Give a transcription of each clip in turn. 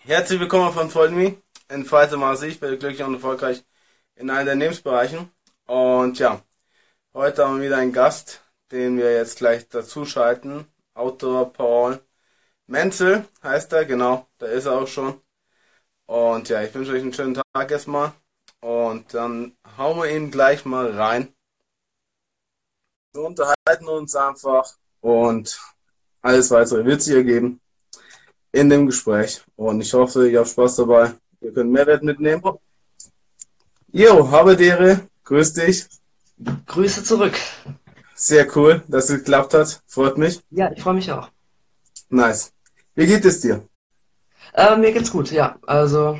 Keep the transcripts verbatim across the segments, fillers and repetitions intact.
Herzlich willkommen von FreundMe. Entfalte mal ich werde glücklich und erfolgreich in allen der Lebensbereichen. Und ja, heute haben wir wieder einen Gast, den wir jetzt gleich dazu schalten. Autor Paul Menzel heißt er, genau, da ist er auch schon. Und ja, ich wünsche euch einen schönen Tag erstmal. Und dann hauen wir ihn gleich mal rein. Wir unterhalten uns einfach und alles weitere wird sich ergeben in dem Gespräch. Und ich hoffe, ihr habt Spaß dabei. Ihr könnt Mehrwert mitnehmen. Jo, habe die Ehre. Grüß dich. Grüße zurück. Sehr cool, dass es geklappt hat. Freut mich. Ja, ich freue mich auch. Nice. Wie geht es dir? Äh, mir geht's gut, ja. Also,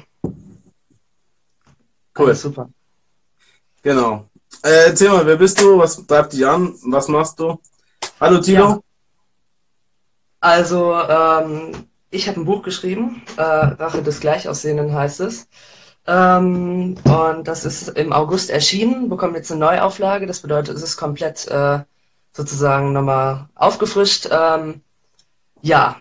Cool. alles super. Genau. Äh, erzähl mal, wer bist du? Was treibt dich an? Was machst du? Hallo Ja, Tilo. also, ähm, ich habe ein Buch geschrieben, äh, Rache des Gleichaussehenden heißt es. Ähm, und das ist im August erschienen, bekommt jetzt eine Neuauflage. Das bedeutet, es ist komplett äh, sozusagen nochmal aufgefrischt. Ähm, ja,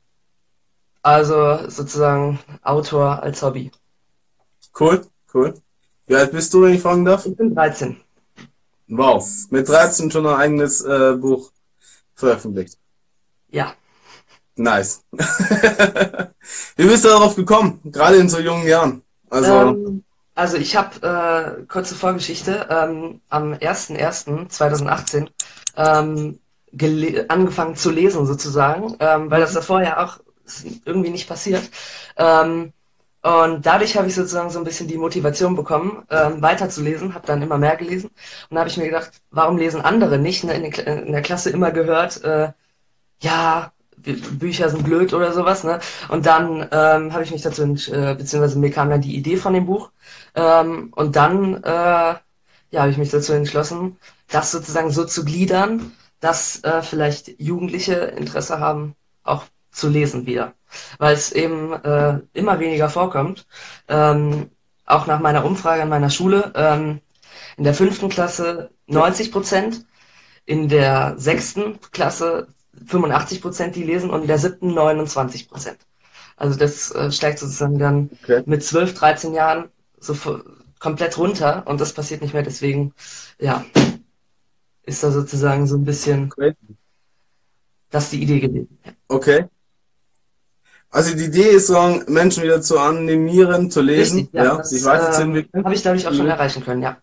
also sozusagen Autor als Hobby. Cool, cool. Wie alt bist du, wenn ich fragen darf? Ich bin dreizehn. Wow. Mit dreizehn schon ein eigenes äh, Buch veröffentlicht. Ja. Nice. Wie bist du darauf gekommen? Gerade in so jungen Jahren. Also, Ähm, also ich habe, äh, kurze Vorgeschichte, ähm, am ersten ersten zweitausendachtzehn ähm, gele- angefangen zu lesen sozusagen, ähm, weil das mhm. davor ja auch ist irgendwie nicht passiert. Ähm, und dadurch habe ich sozusagen so ein bisschen die Motivation bekommen, ähm, weiterzulesen, habe dann immer mehr gelesen und da habe ich mir gedacht, warum lesen andere nicht? Ne? In, der Kla- in der Klasse immer gehört, äh, ja, Bü- Bücher sind blöd oder sowas, ne? Und dann ähm, habe ich mich dazu, entsch- äh, beziehungsweise mir kam dann die Idee von dem Buch. Ähm, und dann, äh, ja, habe ich mich dazu entschlossen, das sozusagen so zu gliedern, dass äh, vielleicht Jugendliche Interesse haben, auch zu lesen wieder. Weil es eben äh, immer weniger vorkommt. Ähm, auch nach meiner Umfrage an meiner Schule, ähm, in der fünften Klasse neunzig Prozent, in der sechsten Klasse fünfundachtzig Prozent, die lesen, und in der siebten neunundzwanzig Prozent. Also das äh, steigt sozusagen dann Okay. mit zwölf, dreizehn Jahren so vo- komplett runter und das passiert nicht mehr. Deswegen, ja, ist da sozusagen so ein bisschen Okay. das die Idee gewesen. Ja. Okay. Also die Idee ist, so Menschen wieder zu animieren, zu Richtig, lesen, ja, ja, sich das ähm, weiterzuentwickeln. habe ich dadurch auch schon Mhm. erreichen können, ja.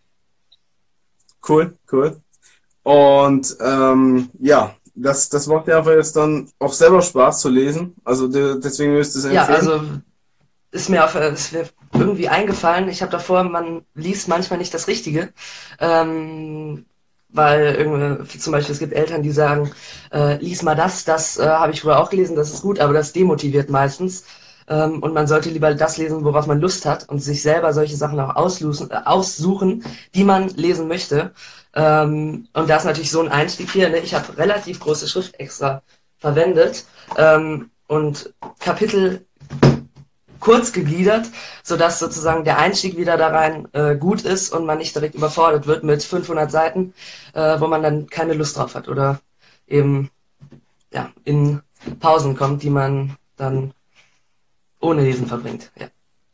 Cool, cool. Und ähm, ja, das, das macht dir einfach jetzt dann auch selber Spaß zu lesen. Also de deswegen würdest du es Ja, empfehlen. also ist mir, auf, äh, ist mir irgendwie eingefallen. Ich habe davor, man liest manchmal nicht das Richtige, ähm, weil irgendwie, zum Beispiel es gibt Eltern, die sagen, äh, lies mal das, das äh, habe ich früher auch gelesen, das ist gut, aber das demotiviert meistens. Ähm, und man sollte lieber das lesen, worauf man Lust hat und sich selber solche Sachen auch auslusen, äh, aussuchen, die man lesen möchte. Ähm, und da ist natürlich so ein Einstieg hier. Ne? Ich habe relativ große Schrift extra verwendet ähm, und Kapitel kurz gegliedert, sodass sozusagen der Einstieg wieder da rein äh, gut ist und man nicht direkt überfordert wird mit fünfhundert Seiten, äh, wo man dann keine Lust drauf hat oder eben ja, in Pausen kommt, die man dann ohne Lesen verbringt. Ja,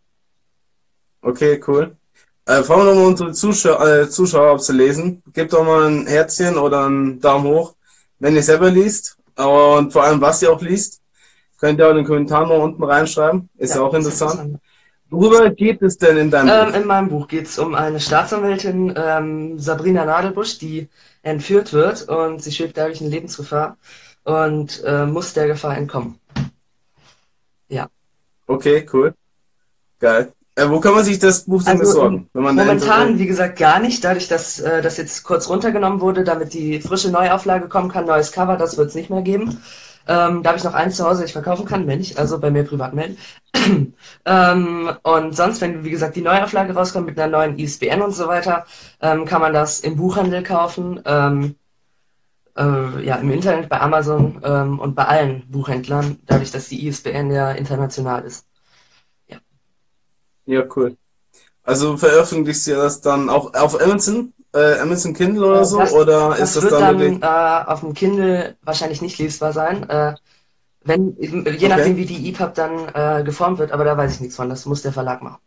Okay, cool. Äh, fragen wir nochmal unsere Zuschauer, äh, Zuschauer, ob sie lesen. Gebt doch mal ein Herzchen oder einen Daumen hoch, wenn ihr selber liest. Und vor allem, was ihr auch liest. Könnt ihr auch in den Kommentaren noch unten reinschreiben. Ist ja ja, auch ist interessant. interessant. Worüber geht es denn in deinem Ähm, Buch? in meinem Buch geht es um eine Staatsanwältin, ähm, Sabrina Nadelbusch, die entführt wird und sie schwebt dadurch in Lebensgefahr und äh, muss der Gefahr entkommen. Ja. Okay, cool. Geil. Äh, wo kann man sich das Buch denn Also im, besorgen, wenn man da momentan, Interesse... wie gesagt, gar nicht, dadurch, dass äh, das jetzt kurz runtergenommen wurde, damit die frische Neuauflage kommen kann, neues Cover, das wird es nicht mehr geben. Ähm, da habe ich noch eins zu Hause, das ich verkaufen kann, wenn nicht, also bei mir privat melden. ähm, und sonst, wenn, wie gesagt, die Neuauflage rauskommt mit einer neuen I S B N und so weiter, ähm, kann man das im Buchhandel kaufen, ähm, äh, ja, im Internet, bei Amazon ähm, und bei allen Buchhändlern, dadurch, dass die I S B N ja international ist. Ja. Ja, cool. Also veröffentlichst du das dann auch auf Amazon, äh, Amazon Kindle oder Äh, so, Das, oder ist das das wird dann wirklich... dann äh, auf dem Kindle wahrscheinlich nicht lesbar sein. Äh, Wenn, je Okay, nachdem, wie die E P U B dann äh, geformt wird, aber da weiß ich nichts von. Das muss der Verlag machen.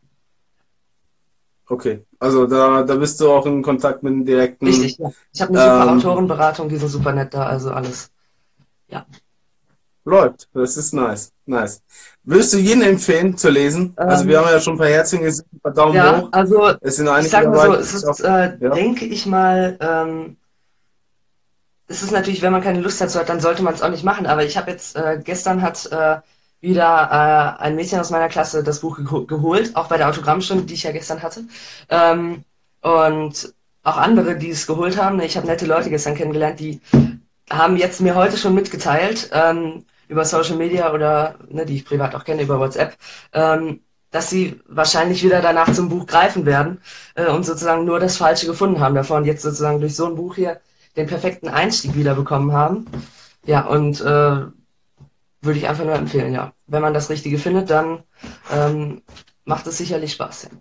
okay. Also da, da bist du auch in Kontakt mit dem Richtig, direkten, ja. Ich habe eine super ähm, Autorenberatung, die sind super nett da, also alles. Ja. läuft. Das ist nice, nice. Würdest du jedem empfehlen zu lesen? Also wir Ähm, haben ja schon ein paar Herzchen gesehen, ein paar Daumen ja, hoch. also Es sind ich einige sage mal so, dabei, es die ich auch, ist, äh, ja, denke ich mal, ähm, es ist natürlich, wenn man keine Lust dazu hat, dann sollte man es auch nicht machen. Aber ich habe jetzt, äh, gestern hat äh, wieder äh, ein Mädchen aus meiner Klasse das Buch geho geholt, auch bei der Autogrammstunde, die ich ja gestern hatte. Ähm, und auch andere, die es geholt haben. Ich habe nette Leute gestern kennengelernt, die haben jetzt mir heute schon mitgeteilt, ähm, über Social Media oder ne, die ich privat auch kenne, über WhatsApp, ähm, dass sie wahrscheinlich wieder danach zum Buch greifen werden äh, und sozusagen nur das Falsche gefunden haben davor und jetzt sozusagen durch so ein Buch hier den perfekten Einstieg wieder bekommen haben. Ja, und äh, würde ich einfach nur empfehlen, ja. Wenn man das Richtige findet, dann ähm, macht es sicherlich Spaß. Ja.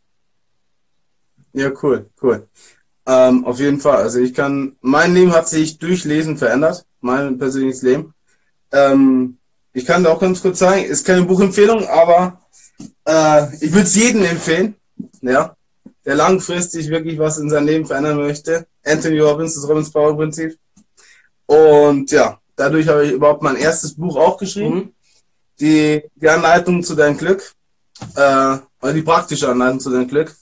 ja, cool, cool. Ähm, auf jeden Fall. Also ich kann, mein Leben hat sich durch Lesen verändert, mein persönliches Leben. Ähm, ich kann da auch ganz kurz sagen, ist keine Buchempfehlung, aber äh, ich würde es jedem empfehlen, ja, der langfristig wirklich was in seinem Leben verändern möchte. Anthony Robbins, das Robbins Power Prinzip. Und ja, dadurch habe ich überhaupt mein erstes Buch auch geschrieben. Mhm. Die, die Anleitung zu deinem Glück, äh, oder die praktische Anleitung zu deinem Glück.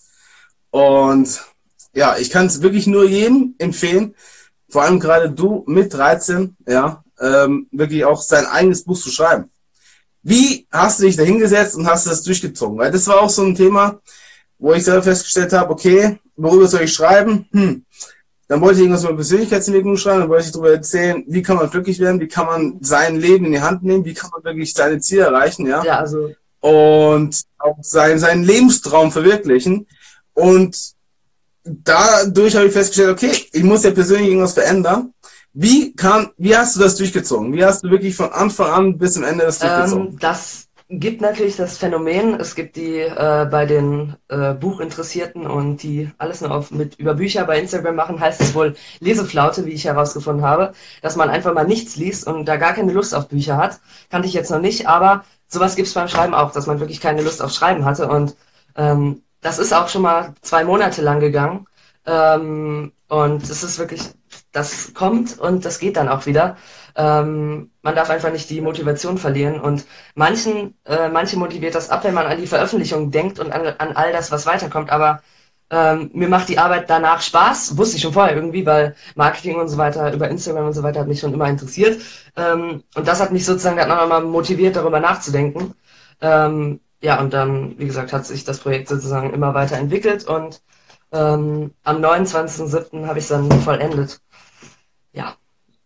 Und ja, ich kann es wirklich nur jedem empfehlen, vor allem gerade du mit dreizehn, ja, ähm, wirklich auch sein eigenes Buch zu schreiben. Wie hast du dich da hingesetzt und hast das durchgezogen? Weil das war auch so ein Thema, wo ich selber festgestellt habe, okay, worüber soll ich schreiben? Hm. Dann wollte ich irgendwas über Persönlichkeitsentwicklung schreiben, dann wollte ich darüber erzählen, wie kann man glücklich werden, wie kann man sein Leben in die Hand nehmen, wie kann man wirklich seine Ziele erreichen, ja, Ja, also und auch sein, seinen Lebenstraum verwirklichen. Und dadurch habe ich festgestellt, okay, ich muss ja persönlich irgendwas verändern. Wie kann, wie hast du das durchgezogen? Wie hast du wirklich von Anfang an bis zum Ende das durchgezogen? Ähm, das gibt natürlich das Phänomen, es gibt die äh, bei den äh, Buchinteressierten und die alles nur auf, mit über Bücher bei Instagram machen, heißt es wohl Leseflaute, wie ich herausgefunden habe, dass man einfach mal nichts liest und da gar keine Lust auf Bücher hat. Kannte ich jetzt noch nicht, aber sowas gibt es beim Schreiben auch, dass man wirklich keine Lust auf Schreiben hatte und ähm, das ist auch schon mal zwei Monate lang gegangen ähm, und es ist wirklich, das kommt und das geht dann auch wieder. Ähm, man darf einfach nicht die Motivation verlieren und manchen, äh, manche motiviert das ab, wenn man an die Veröffentlichung denkt und an, an all das, was weiterkommt, aber ähm, mir macht die Arbeit danach Spaß, wusste ich schon vorher irgendwie, weil Marketing und so weiter, über Instagram und so weiter hat mich schon immer interessiert ähm, und das hat mich sozusagen dann auch nochmal motiviert, darüber nachzudenken. Ähm, ja, und dann, wie gesagt, hat sich das Projekt sozusagen immer weiter entwickelt und ähm, am neunundzwanzigsten siebten habe ich es dann vollendet. Ja,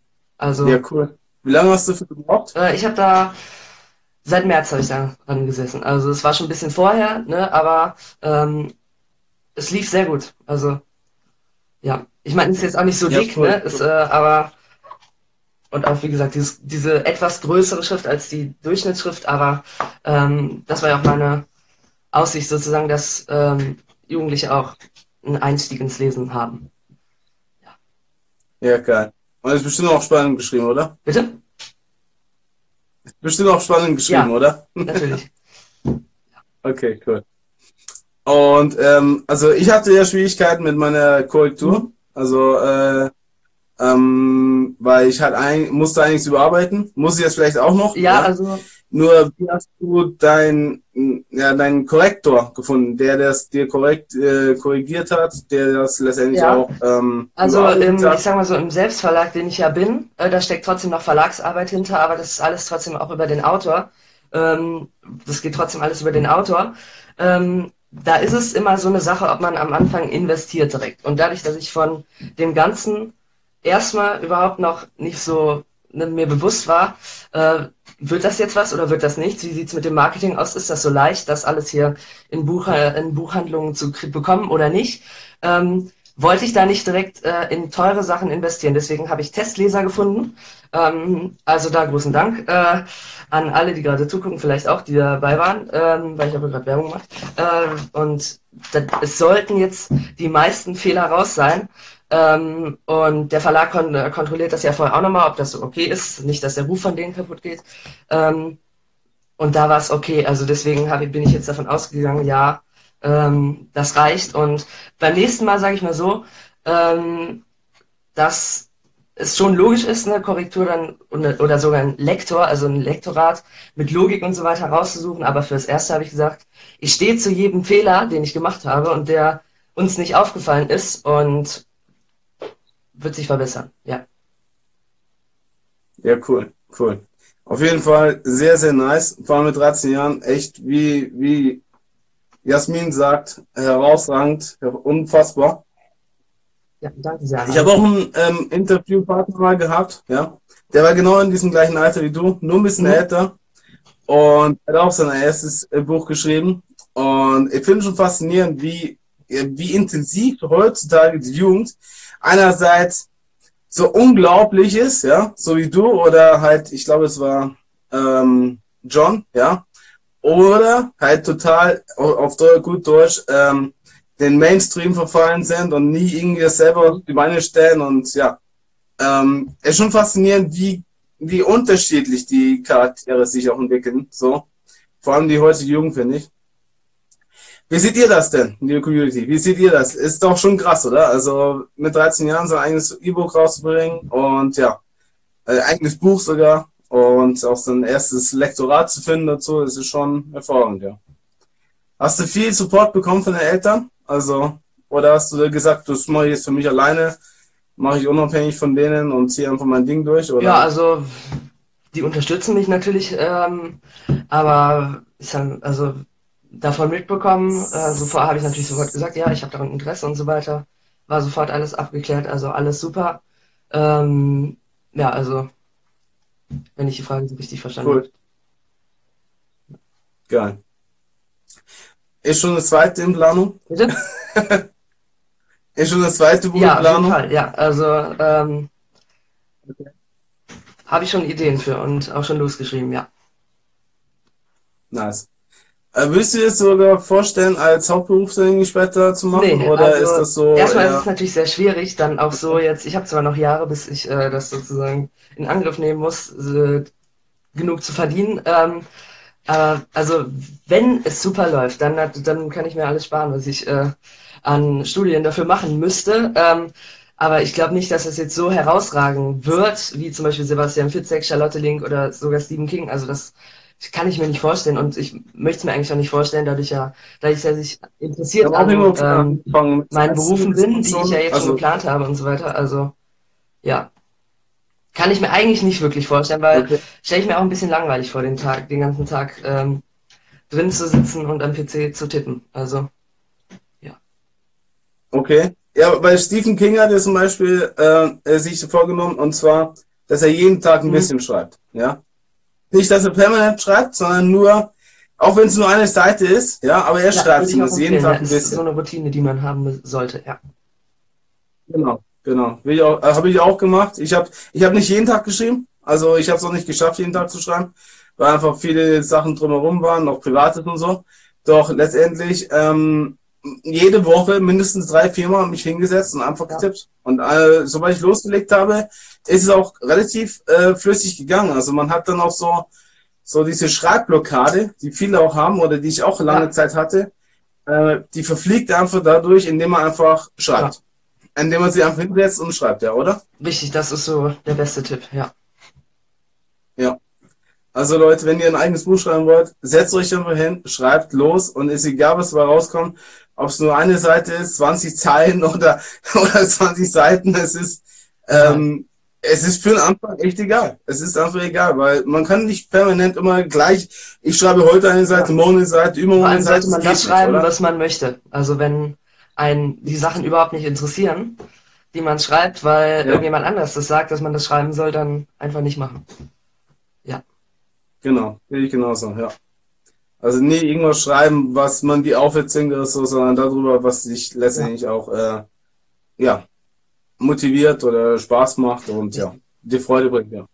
Ja, also cool. Wie lange hast du dafür gebraucht? äh, ich habe da seit März habe ich da dran gesessen. Also es war schon ein bisschen vorher, ne, aber ähm, es lief sehr gut. Also ja, ich meine, es ist jetzt auch nicht so Ja, dick, ne, cool. ist, äh, aber und auch wie gesagt dieses, diese etwas größere Schrift als die Durchschnittsschrift, aber ähm, das war ja auch meine Aussicht sozusagen, dass ähm, Jugendliche auch einen Einstieg ins Lesen haben. Ja, geil. Und ist bestimmt auch spannend geschrieben, oder? Bitte? Bestimmt auch spannend geschrieben, Ja, oder? natürlich. Okay, cool. Und ähm, also ich hatte ja Schwierigkeiten mit meiner Korrektur. Mhm. Also äh, ähm, weil ich halt ein, musste einiges überarbeiten. Muss ich jetzt vielleicht auch noch, Ja, ja. also Nur wie hast du dein, ja, deinen Korrektor gefunden, der das dir korrekt äh, korrigiert hat, der das letztendlich ja. auch ähm, Also überarbeitet im, ich hat? sag mal so, im Selbstverlag, den ich ja bin, äh, da steckt trotzdem noch Verlagsarbeit hinter, aber das ist alles trotzdem auch über den Autor. Ähm, das geht trotzdem alles über den Autor. Ähm, da ist es immer so eine Sache, ob man am Anfang investiert direkt. Und dadurch, dass ich von dem Ganzen erstmal überhaupt noch nicht so ne, mir bewusst war, äh, wird das jetzt was oder wird das nichts? Wie sieht's mit dem Marketing aus? Ist das so leicht, das alles hier in, Buch, in Buchhandlungen zu krie- bekommen oder nicht? Ähm, wollte ich da nicht direkt äh, in teure Sachen investieren. Deswegen habe ich Testleser gefunden. Ähm, also da großen Dank äh, an alle, die gerade zugucken, vielleicht auch, die dabei waren, ähm, weil ich habe gerade Werbung gemacht. Äh, und da, es sollten jetzt die meisten Fehler raus sein. Ähm, und der Verlag kon äh, kontrolliert das ja vorher auch nochmal, ob das so okay ist, nicht, dass der Ruf von denen kaputt geht. Ähm, und da war es okay, also deswegen hab, bin ich jetzt davon ausgegangen, ja, ähm, das reicht. Und beim nächsten Mal sage ich mal so, ähm, dass es schon logisch ist, eine Korrektur dann oder sogar ein Lektor, also ein Lektorat mit Logik und so weiter rauszusuchen. Aber fürs Erste habe ich gesagt, ich stehe zu jedem Fehler, den ich gemacht habe und der uns nicht aufgefallen ist und wird sich verbessern. Ja. Ja, cool, cool. Auf jeden Fall sehr, sehr nice. Vor allem mit dreizehn Jahren echt, wie, wie Jasmin sagt, herausragend, unfassbar. Ja, danke sehr. Ich habe auch einen ähm, Interviewpartner mal gehabt, ja. Der war genau in diesem gleichen Alter wie du, nur ein bisschen Mhm. älter. Und er hat auch sein erstes äh, Buch geschrieben. Und ich finde schon faszinierend, wie, äh, wie intensiv heutzutage die Jugend einerseits so unglaublich ist, ja, so wie du, oder halt, ich glaube, es war ähm, John, ja, oder halt total au- auf Deu- gut Deutsch ähm, den Mainstream verfallen sind und nie irgendwie das selber auf die Beine stellen und ja, ähm, es ist schon faszinierend, wie, wie unterschiedlich die Charaktere sich auch entwickeln, so, vor allem die heutige Jugend, finde ich. Wie seht ihr das denn, liebe Community? Wie seht ihr das? Ist doch schon krass, oder? Also mit dreizehn Jahren so ein eigenes E-Book rauszubringen und ja, ein eigenes Buch sogar und auch so ein erstes Lektorat zu finden dazu, das ist schon hervorragend, ja. Hast du viel Support bekommen von den Eltern? Also, oder hast du gesagt, das mache ich jetzt für mich alleine, mache ich unabhängig von denen und ziehe einfach mein Ding durch, oder? Ja, also die unterstützen mich natürlich, ähm, aber ich habe also davon mitbekommen, äh, sofort habe ich natürlich sofort gesagt, ja, ich habe daran Interesse und so weiter. War sofort alles abgeklärt, also alles super. Ähm, ja, also wenn ich die Frage so richtig verstanden habe. Cool, geil. Ist schon das zweite in Planung? Bitte? Ist schon das zweite Buch in Ja, auf jeden Planung? Fall, ja. Also ähm, habe ich schon Ideen für und auch schon losgeschrieben, ja. Nice. Äh, würdest du dir das sogar vorstellen, als Hauptberuf irgendwie später zu machen? Nee, Oder ist also das so, erstmal ist es ja, natürlich sehr schwierig, dann auch so jetzt, ich habe zwar noch Jahre, bis ich äh, das sozusagen in Angriff nehmen muss, äh, genug zu verdienen. Ähm, aber also wenn es super läuft, dann, hat- dann kann ich mir alles sparen, was ich äh, an Studien dafür machen müsste. Ähm, aber ich glaube nicht, dass es jetzt so herausragen wird, wie zum Beispiel Sebastian Fitzek, Charlotte Link oder sogar Stephen King. Also das kann ich mir nicht vorstellen und ich möchte es mir eigentlich auch nicht vorstellen, dadurch ja, da ich ja sich ich interessiert habe auch an irgendwo ähm, angefangen mit meinen Berufen bin, die ich ja schon, jetzt schon also, geplant habe und so weiter. Also ja, kann ich mir eigentlich nicht wirklich vorstellen, weil okay, stelle ich mir auch ein bisschen langweilig vor, den Tag, den ganzen Tag ähm, drin zu sitzen und am P C zu tippen. Also ja. okay. Ja, bei Stephen King hat er zum Beispiel äh, er sich so vorgenommen, und zwar, dass er jeden Tag ein Mhm. bisschen schreibt, ja. Nicht, dass er permanent schreibt, sondern nur, auch wenn es nur eine Seite ist, ja, aber er Ja, schreibt würde ich auch zumindest jeden empfehlen. Ja, Tag ein ist so bisschen. eine Routine, die man haben sollte. Ja. Genau, genau. Will ich auch, äh, habe ich auch gemacht. Ich habe ich hab nicht jeden Tag geschrieben. Also ich habe es auch nicht geschafft, jeden Tag zu schreiben, weil einfach viele Sachen drumherum waren, auch privates und so. Doch letztendlich ähm, jede Woche mindestens drei, viermal mich hingesetzt und einfach Ja. getippt. Und äh, sobald ich losgelegt habe, ist es auch relativ äh, flüssig gegangen. Also man hat dann auch so, so diese Schreibblockade, die viele auch haben oder die ich auch lange Ja. Zeit hatte, äh, die verfliegt einfach dadurch, indem man einfach Ja. schreibt. Indem man sich einfach hinsetzt und schreibt, ja, oder? Richtig, das ist so der beste Tipp. Ja. Ja. Also Leute, wenn ihr ein eigenes Buch schreiben wollt, setzt euch einfach hin, schreibt los und ist egal, was dabei rauskommt, ob es nur eine Seite ist, zwanzig Zeilen oder, oder zwanzig Seiten, es ist, Ja. ähm, es ist für den Anfang echt egal. Es ist einfach egal, weil man kann nicht permanent immer gleich, ich schreibe heute eine Seite, Ja. morgen eine Seite, übermorgen Vor eine allem Seite, sollte man das das geht nicht, schreiben, oder? was man möchte. Also wenn einen die Sachen überhaupt nicht interessieren, die man schreibt, weil Ja, irgendjemand anders das sagt, dass man das schreiben soll, dann einfach nicht machen. Ja. genau, sehe ich genauso, ja. Also nie irgendwas schreiben, was man die aufzwingt oder so, sondern darüber, was sich Ja. letztendlich auch, äh, ja, motiviert oder Spaß macht und ja, Richtig. die Freude bringt, ja.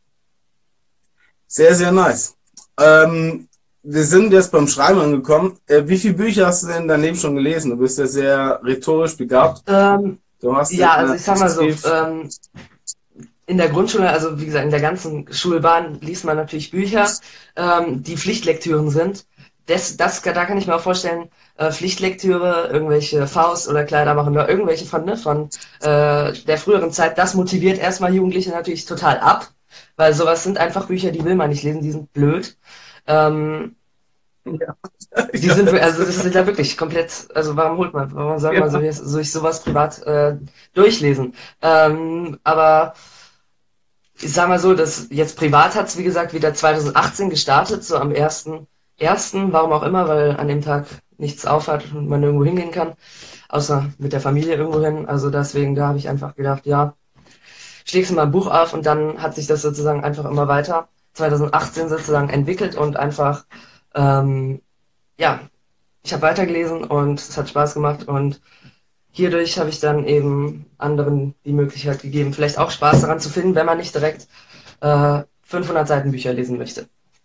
Sehr, sehr nice. Ähm, wir sind jetzt beim Schreiben angekommen. Äh, wie viele Bücher hast du denn in deinem Leben schon gelesen? Du bist ja sehr rhetorisch begabt. Ähm, Du hast Ja, in also einer ich sag mal so, extrem, ähm, in der Grundschule, also wie gesagt, in der ganzen Schulbahn liest man natürlich Bücher, ähm, die Pflichtlektüren sind. Das, das, da kann ich mir auch vorstellen, äh, Pflichtlektüre, irgendwelche Faust oder Kleidermachen oder irgendwelche von, ne, von äh, der früheren Zeit, das motiviert erstmal Jugendliche natürlich total ab, weil sowas sind einfach Bücher, die will man nicht lesen, die sind blöd. Ähm, ja, die ja, sind, wir- das, also das ist ja wirklich komplett, also warum holt man, warum soll man so, ja, so ich sowas privat äh, durchlesen? Ähm, aber ich sag mal so, dass jetzt privat hat's wie gesagt, wieder zwanzig achtzehn gestartet, so am ersten ersten warum auch immer, weil an dem Tag nichts aufhat und man irgendwo hingehen kann, außer mit der Familie irgendwo hin. Also deswegen, da habe ich einfach gedacht, ja, schlägst du mal ein Buch auf und dann hat sich das sozusagen einfach immer weiter zwanzig achtzehn sozusagen entwickelt und einfach, ähm, ja, ich habe weitergelesen und es hat Spaß gemacht und hierdurch habe ich dann eben anderen die Möglichkeit gegeben, vielleicht auch Spaß daran zu finden, wenn man nicht direkt äh, fünfhundert Seiten Bücher lesen möchte.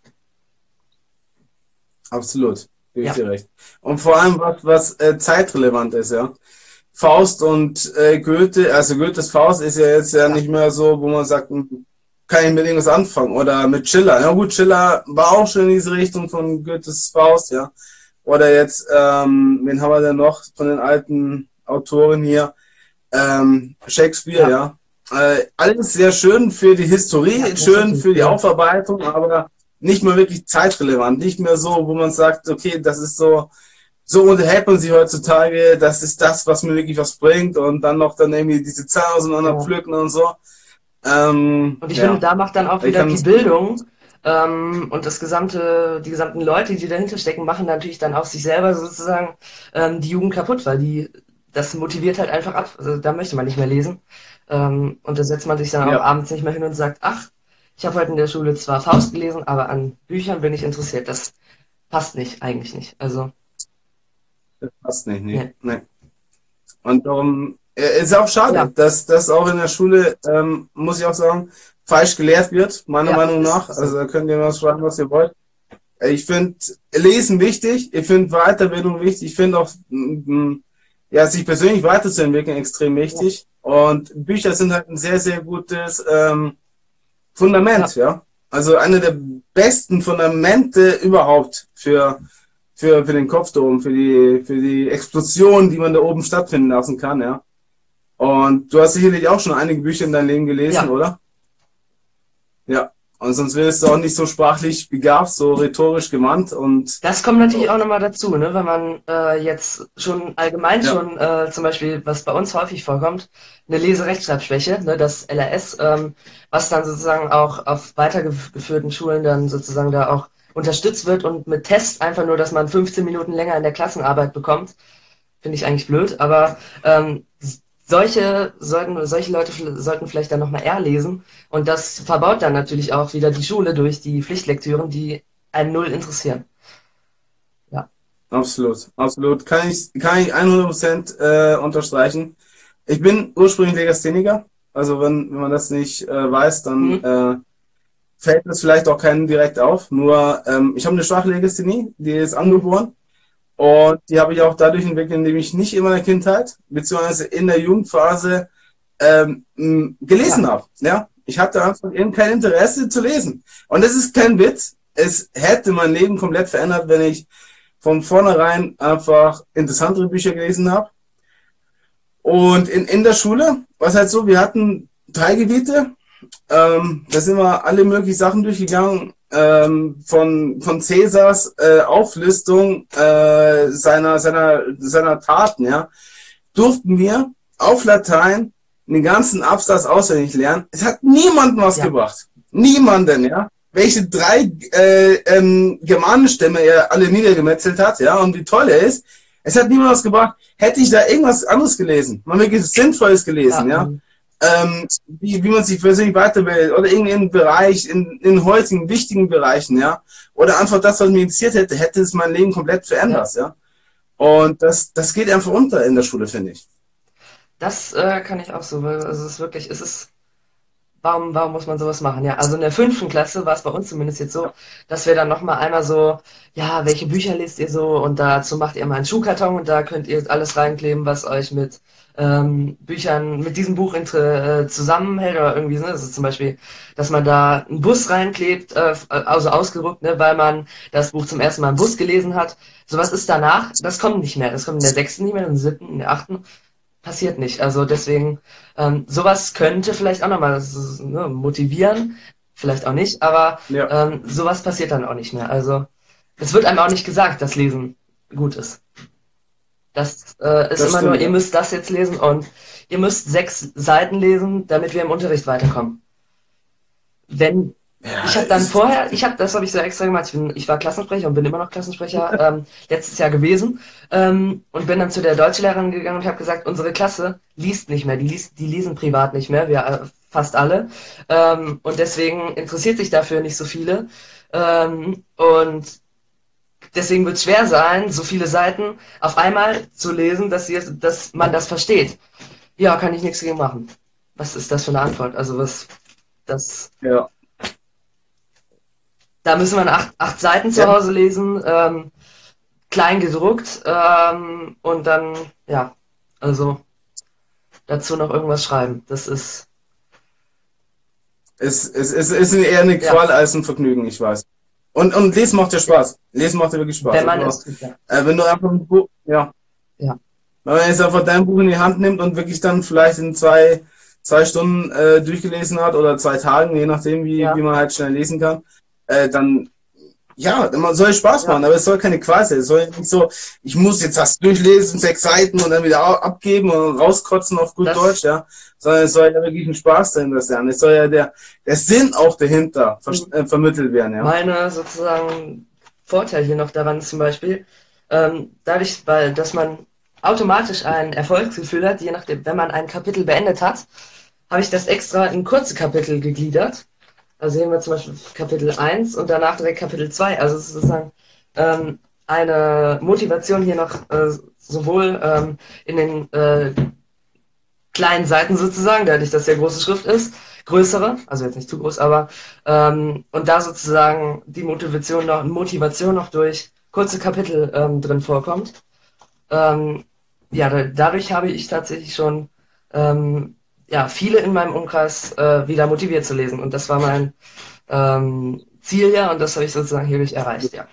absolut, gebe ich Ja, dir recht. Und vor allem was, was äh, zeitrelevant ist, ja. Faust und äh, Goethe, also Goethes Faust ist ja jetzt ja ja, nicht mehr so, wo man sagt, hm, kann ich mit irgendwas anfangen. Oder mit Schiller. Ja gut, Schiller war auch schon in diese Richtung von Goethes Faust, ja. Oder jetzt, ähm, wen haben wir denn noch von den alten Autoren hier? Ähm, Shakespeare, ja, ja. Äh, alles sehr schön für die ja, Historie, das schön stimmt, für die ja. Aufarbeitung, aber nicht mehr wirklich zeitrelevant. Nicht mehr so, wo man sagt, okay, das ist so, so unterhält man sich heutzutage, das ist das, was mir wirklich was bringt und dann noch dann irgendwie diese Zahlen auseinander Genau. pflücken und so. Ähm, Und ich finde, ja, da macht dann auch ich wieder kann die es, Bildung ähm, und das gesamte, die gesamten Leute, die dahinter stecken, machen natürlich dann auch sich selber sozusagen ähm, die Jugend kaputt, weil die, das motiviert halt einfach ab. Also da möchte man nicht mehr lesen. Ähm, und da setzt man sich dann auch ja, abends nicht mehr hin und sagt, ach, ich habe heute in der Schule zwar Faust gelesen, aber an Büchern bin ich interessiert. Das passt nicht, eigentlich nicht. Also, das passt nicht, nee, ne. nee. Und darum äh, ist auch schade, Ja, dass das auch in der Schule, ähm, muss ich auch sagen, falsch gelehrt wird, meiner ja, Meinung ist nach. so. Also da könnt ihr was schreiben, was ihr wollt. Äh, Ich finde Lesen wichtig, ich finde Weiterbildung wichtig, ich finde auch, mm, ja, sich persönlich weiterzuentwickeln extrem Ja, wichtig. Und Bücher sind halt ein sehr, sehr gutes ähm, Fundament, ja. ja. Also eine der besten Fundamente überhaupt für, für, für den Kopf da oben, für die, für die Explosion, die man da oben stattfinden lassen kann, ja. Und du hast sicherlich auch schon einige Bücher in deinem Leben gelesen, Ja, oder? Ja. Und sonst wärst du auch nicht so sprachlich begabt, so rhetorisch gewandt und das kommt natürlich auch nochmal dazu, ne? Wenn man äh, jetzt schon allgemein ja, schon äh, zum Beispiel, was bei uns häufig vorkommt, eine Leserechtschreibschwäche, ne? Das L R S, ähm, was dann sozusagen auch auf weitergeführten Schulen dann sozusagen da auch unterstützt wird und mit Tests einfach nur, dass man fünfzehn Minuten länger in der Klassenarbeit bekommt, finde ich eigentlich blöd, aber ähm, solche sollten, solche Leute fl- sollten vielleicht dann nochmal eher lesen und das verbaut dann natürlich auch wieder die Schule durch die Pflichtlektüren, die einen null interessieren. Ja. absolut, absolut. Kann ich, kann ich hundert Prozent äh, unterstreichen. Ich bin ursprünglich Legastheniker. Also wenn, wenn man das nicht äh, weiß, dann Mhm. äh, fällt das vielleicht auch keinem direkt auf. Nur ähm, ich habe eine schwache Legasthenie, die ist Mhm. angeboren. Und die habe ich auch dadurch entwickelt, indem ich nicht in meiner Kindheit, beziehungsweise in der Jugendphase ähm, m, gelesen Ja, habe. Ja? Ich hatte einfach eben kein Interesse zu lesen. Und das ist kein Witz. Es hätte mein Leben komplett verändert, wenn ich von vornherein einfach interessantere Bücher gelesen habe. Und in, in der Schule war es halt so, wir hatten drei Gebiete. Ähm, da sind wir alle möglichen Sachen durchgegangen. Ähm, von, von Cäsars äh, Auflistung äh, seiner, seiner, seiner Taten, ja, durften wir auf Latein den ganzen Absatz auswendig lernen. Es hat niemandem was ja, gebracht. Niemanden, ja. Welche drei äh, ähm, Germanenstämme er alle niedergemetzelt hat, ja, und wie toll er ist. Es hat niemand was gebracht. Hätte ich da irgendwas anderes gelesen, mal wirklich Sinnvolles gelesen, ja, ja, ähm, ähm, wie, wie man sich persönlich weiterbildet oder irgendeinen Bereich, in, in heutigen wichtigen Bereichen, ja, oder einfach das, was mich interessiert hätte, hätte es mein Leben komplett ja. verändert, ja. Und das, das geht einfach unter in der Schule, finde ich. Das äh, kann ich auch so, weil also es ist wirklich, es ist warum, warum muss man sowas machen? Ja, also in der fünften Klasse war es bei uns zumindest jetzt so, dass wir dann nochmal einmal so, ja, welche Bücher lest ihr so? Und dazu macht ihr mal einen Schuhkarton und da könnt ihr alles reinkleben, was euch mit ähm, Büchern, mit diesem Buch inter, äh, zusammenhält oder irgendwie so. Ne? Das ist zum Beispiel, dass man da einen Bus reinklebt, äh, also ausgedruckt, ne, weil man das Buch zum ersten Mal im Bus gelesen hat. Sowas ist danach, das kommt nicht mehr. Das kommt in der sechsten nicht mehr, in der siebten, in der achten. Passiert nicht. Also deswegen, ähm, sowas könnte vielleicht auch nochmal ne, motivieren, vielleicht auch nicht, aber Ja, ähm, sowas passiert dann auch nicht mehr. Also es wird einem auch nicht gesagt, dass Lesen gut ist. Das äh, ist das immer nur, stimmt, ihr ja. müsst das jetzt lesen und ihr müsst sechs Seiten lesen, damit wir im Unterricht weiterkommen. Wenn Ja, ich habe dann ist, vorher, ich habe das habe ich so extra gemacht. Ich bin, ich war Klassensprecher und bin immer noch Klassensprecher ähm, letztes Jahr gewesen ähm, und bin dann zu der Deutschlehrerin gegangen und habe gesagt, unsere Klasse liest nicht mehr, die liest, die lesen privat nicht mehr, wir äh, fast alle ähm, und deswegen interessiert sich dafür nicht so viele ähm, und deswegen wird es schwer sein, so viele Seiten auf einmal zu lesen, dass ihr, dass man das versteht. Ja, kann ich nichts gegen machen. Was ist das für eine Antwort? Also was das ja. Da müssen wir acht, acht Seiten zu Ja, Hause lesen, ähm, klein gedruckt ähm, und dann, ja, also dazu noch irgendwas schreiben. Das ist, es, es, es ist eher eine ja, Qual als ein Vergnügen, ich weiß. Und, und Lesen macht ja Spaß. Lesen macht ja wirklich Spaß. wenn man Also, es tut, ja. äh, wenn du einfach ein Buch, ja, Ja, wenn man jetzt einfach dein Buch in die Hand nimmt und wirklich dann vielleicht in zwei, zwei Stunden äh, durchgelesen hat oder zwei Tagen, je nachdem, wie, wie ja, man halt schnell lesen kann, äh, dann, ja, man soll Spaß ja, machen, aber es soll keine Qual sein. Es soll nicht so, ich muss jetzt das durchlesen, sechs Seiten und dann wieder au- abgeben und rauskotzen auf gut das, Deutsch, ja. Sondern es soll ja wirklich ein Spaß dahinter sein. Es soll ja der, der Sinn auch dahinter ver äh, vermittelt werden, ja. meine sozusagen Vorteil hier noch daran ist zum Beispiel, ähm, dadurch, weil, dass man automatisch ein Erfolgsgefühl hat, je nachdem, wenn man ein Kapitel beendet hat, habe ich das extra in kurze Kapitel gegliedert. Also hier haben wir zum Beispiel Kapitel eins und danach direkt Kapitel zwei. Also es ist sozusagen ähm, eine Motivation hier noch äh, sowohl ähm, in den äh, kleinen Seiten sozusagen, dadurch, dass ja große Schrift ist, größere, also jetzt nicht zu groß, aber ähm, und da sozusagen die Motivation noch, Motivation noch durch kurze Kapitel ähm, drin vorkommt. Ähm, ja, da, dadurch habe ich tatsächlich schon ähm, ja, viele in meinem Umkreis äh, wieder motiviert zu lesen. Und das war mein ähm, Ziel ja und das habe ich sozusagen hierdurch erreicht, ja.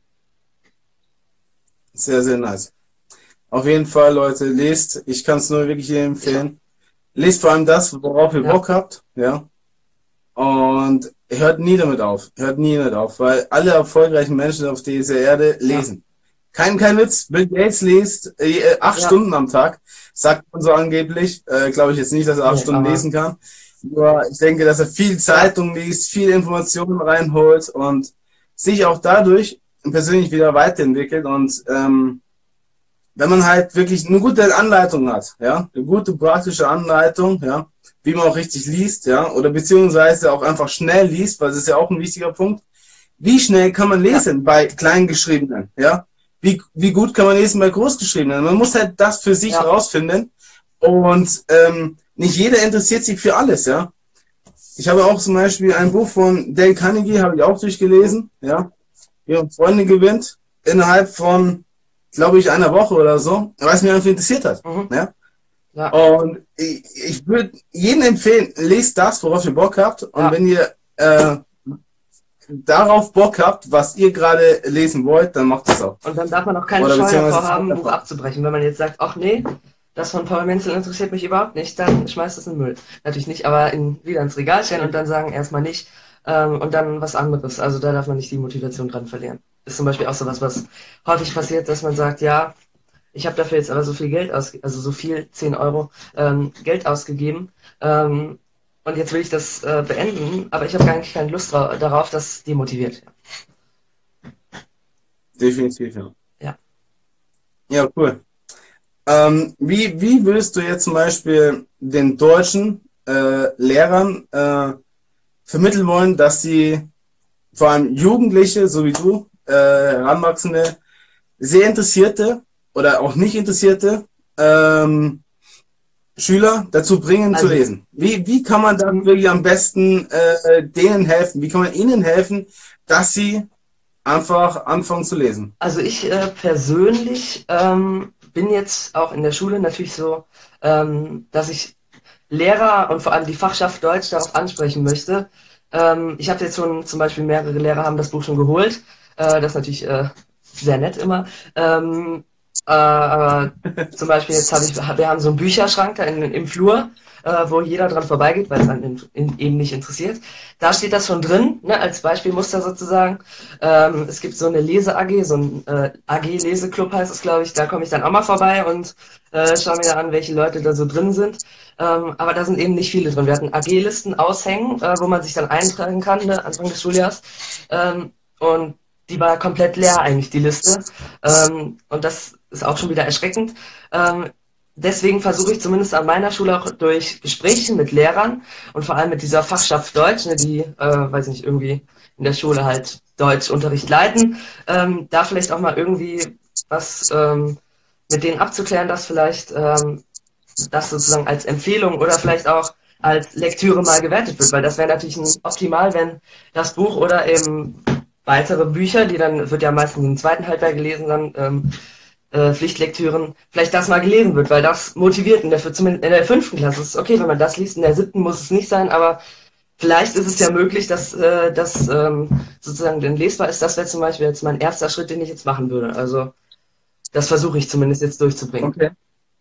Sehr, sehr nice. Auf jeden Fall, Leute, lest. Ich kann es nur wirklich jedem empfehlen. Lest vor allem das, worauf ihr Ja, Bock habt, ja. Und hört nie damit auf. Hört nie damit auf, weil alle erfolgreichen Menschen auf dieser Erde ja, lesen. Kein, kein Witz. Bill Gates liest äh, acht ja, Stunden am Tag. Sagt man so angeblich. Äh, Glaube ich jetzt nicht, dass er acht nee, Stunden aber lesen kann. Nur ich denke, dass er viel ja, Zeitung liest, viel Informationen reinholt und sich auch dadurch persönlich wieder weiterentwickelt. Und ähm, wenn man halt wirklich eine gute Anleitung hat, ja, eine gute praktische Anleitung, ja, wie man auch richtig liest, ja, oder beziehungsweise auch einfach schnell liest, weil das ist ja auch ein wichtiger Punkt. Wie schnell kann man ja, lesen bei Kleingeschriebenen, ja? Wie, wie gut kann man lesen bei Großgeschriebenen? Man muss halt das für sich ja, herausfinden und ähm, nicht jeder interessiert sich für alles, ja. Ich habe auch zum Beispiel ein Buch von Dale Carnegie, habe ich auch durchgelesen, ja. Ihre Freundin gewinnt innerhalb von, glaube ich, einer Woche oder so, weil es mich einfach interessiert hat, mhm, ja. ja, Und ich, ich würde jedem empfehlen, lest das, worauf ihr Bock habt. Und ja. wenn ihr äh, darauf Bock habt, was ihr gerade lesen wollt, dann macht das auch. Und dann darf man auch keine Oder Scheu beziehungsweise davor haben, ein fangt Buch davon. abzubrechen. Wenn man jetzt sagt, ach nee, das von Paul Menzel interessiert mich überhaupt nicht, dann schmeißt es in den Müll. Natürlich nicht, aber in, wieder ins Regal stellen und dann sagen erstmal nicht ähm, und dann was anderes. Also da darf man nicht die Motivation dran verlieren. Ist zum Beispiel auch sowas, was häufig passiert, dass man sagt, ja, ich habe dafür jetzt aber so viel Geld ausgegeben, also so viel, zehn Euro ähm, Geld ausgegeben ähm, und jetzt will ich das äh, beenden, aber ich habe gar nicht keine Lust dra darauf, das demotiviert. Definitiv, ja. Ja. Ja, cool. Ähm, wie, wie würdest du jetzt zum Beispiel den deutschen äh, Lehrern äh, vermitteln wollen, dass sie vor allem Jugendliche, so wie du, äh, Heranwachsende, sehr Interessierte oder auch nicht Interessierte, ähm, Schüler dazu bringen zu Also, lesen? Wie, wie kann man dann hm, wirklich am besten äh, denen helfen? Wie kann man ihnen helfen, dass sie einfach anfangen zu lesen? also ich äh, persönlich ähm, bin jetzt auch in der Schule natürlich so, ähm, dass ich Lehrer und vor allem die Fachschaft Deutsch darauf ansprechen möchte. Ähm, ich habe jetzt schon zum Beispiel mehrere Lehrer haben das Buch schon geholt. Äh, das ist natürlich äh, sehr nett immer. Ähm, äh, aber zum Beispiel jetzt habe ich, wir haben so einen Bücherschrank da in, im Flur, äh, wo jeder dran vorbeigeht, weil es einen in, in, eben nicht interessiert. Da steht das schon drin, ne, als Beispielmuster sozusagen. Ähm, es gibt so eine Lese-A G, so ein äh, A G-Leseclub heißt es, glaube ich. Da komme ich dann auch mal vorbei und äh, schaue mir da an, welche Leute da so drin sind. Ähm, aber da sind eben nicht viele drin. Wir hatten A G-Listen aushängen, äh, wo man sich dann eintragen kann, ne, Anfang des Schuljahres. Ähm, und die war komplett leer eigentlich, die Liste. Ähm, und das ist auch schon wieder erschreckend. Ähm, deswegen versuche ich zumindest an meiner Schule auch durch Gespräche mit Lehrern und vor allem mit dieser Fachschaft Deutsch, ne, die, äh, weiß nicht, irgendwie in der Schule halt Deutschunterricht leiten, ähm, da vielleicht auch mal irgendwie was ähm, mit denen abzuklären, dass vielleicht ähm, das sozusagen als Empfehlung oder vielleicht auch als Lektüre mal gewertet wird, weil das wäre natürlich ein optimal, wenn das Buch oder eben weitere Bücher, die dann wird ja meistens im zweiten Halbjahr gelesen, dann ähm, äh, Pflichtlektüren, vielleicht das mal gelesen wird, weil das motiviert in der, zumindest in der fünften Klasse. Es ist okay, wenn man das liest, in der siebten muss es nicht sein, aber vielleicht ist es ja möglich, dass äh, das ähm, sozusagen dann lesbar ist. Das wäre zum Beispiel jetzt mein erster Schritt, den ich jetzt machen würde. Also das versuche ich zumindest jetzt durchzubringen. Okay.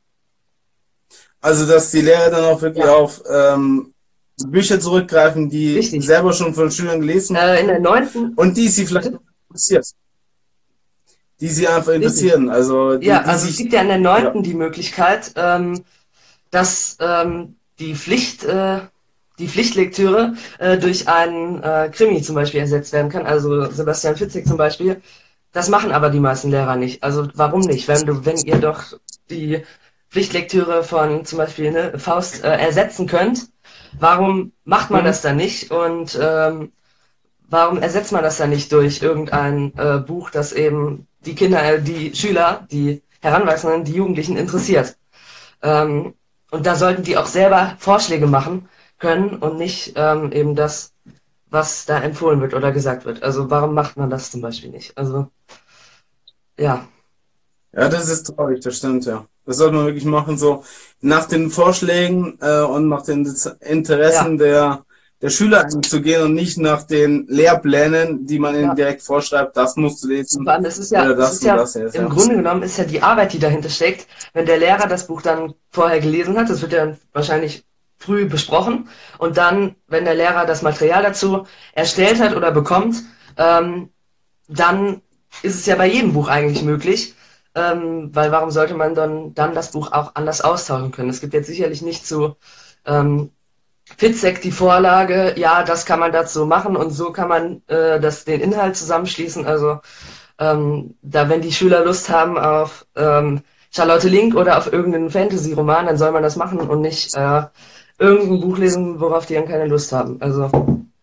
Also, dass die Lehrer dann auch wirklich Ja, auf ähm, Bücher zurückgreifen, die richtig. selber schon von Schülern gelesen Äh, in der wurden neunten, und die sie vielleicht bitte? interessiert, die sie einfach Richtig. interessieren, also Ja, die, die also es sich, gibt ja in der ja. neunten die Möglichkeit, ähm, dass ähm, die Pflicht, äh, die Pflichtlektüre äh, durch einen äh, Krimi zum Beispiel ersetzt werden kann. Also Sebastian Fitzek zum Beispiel. Das machen aber die meisten Lehrer nicht. Also warum nicht? Wenn du, wenn ihr doch die Pflichtlektüre von zum Beispiel ne, Faust äh, ersetzen könnt, warum macht man Mhm. das dann nicht? Und ähm, warum ersetzt man das dann nicht durch irgendein äh, Buch, das eben die Kinder, äh, die Schüler, die Heranwachsenden, die Jugendlichen interessiert? Ähm, und da sollten die auch selber Vorschläge machen können und nicht ähm, eben das, was da empfohlen wird oder gesagt wird. Also warum macht man das zum Beispiel nicht? Also ja, Ja, das ist traurig, das stimmt, ja. Das sollte man wirklich machen, so nach den Vorschlägen äh, und nach den ja, Interessen der, der Schüler eigentlich zu gehen und nicht nach den Lehrplänen, die man ihnen ja. direkt vorschreibt, das musst du Und vor lesen allem, es ist ja, oder es das ist und ja das jetzt, im ja. Grunde genommen ist ja die Arbeit, die dahinter steckt, wenn der Lehrer das Buch dann vorher gelesen hat, das wird ja wahrscheinlich früh besprochen und dann, wenn der Lehrer das Material dazu erstellt hat oder bekommt, ähm, dann ist es ja bei jedem Buch eigentlich möglich, ähm, weil warum sollte man dann, dann das Buch auch anders austauschen können? Es gibt jetzt sicherlich nicht so ähm, Fitzek die Vorlage, ja, das kann man dazu machen und so kann man äh, das, den Inhalt zusammenschließen. Also ähm, da, wenn die Schüler Lust haben auf ähm, Charlotte Link oder auf irgendeinen Fantasy-Roman, dann soll man das machen und nicht äh, irgendein Buch lesen, worauf die dann keine Lust haben. Also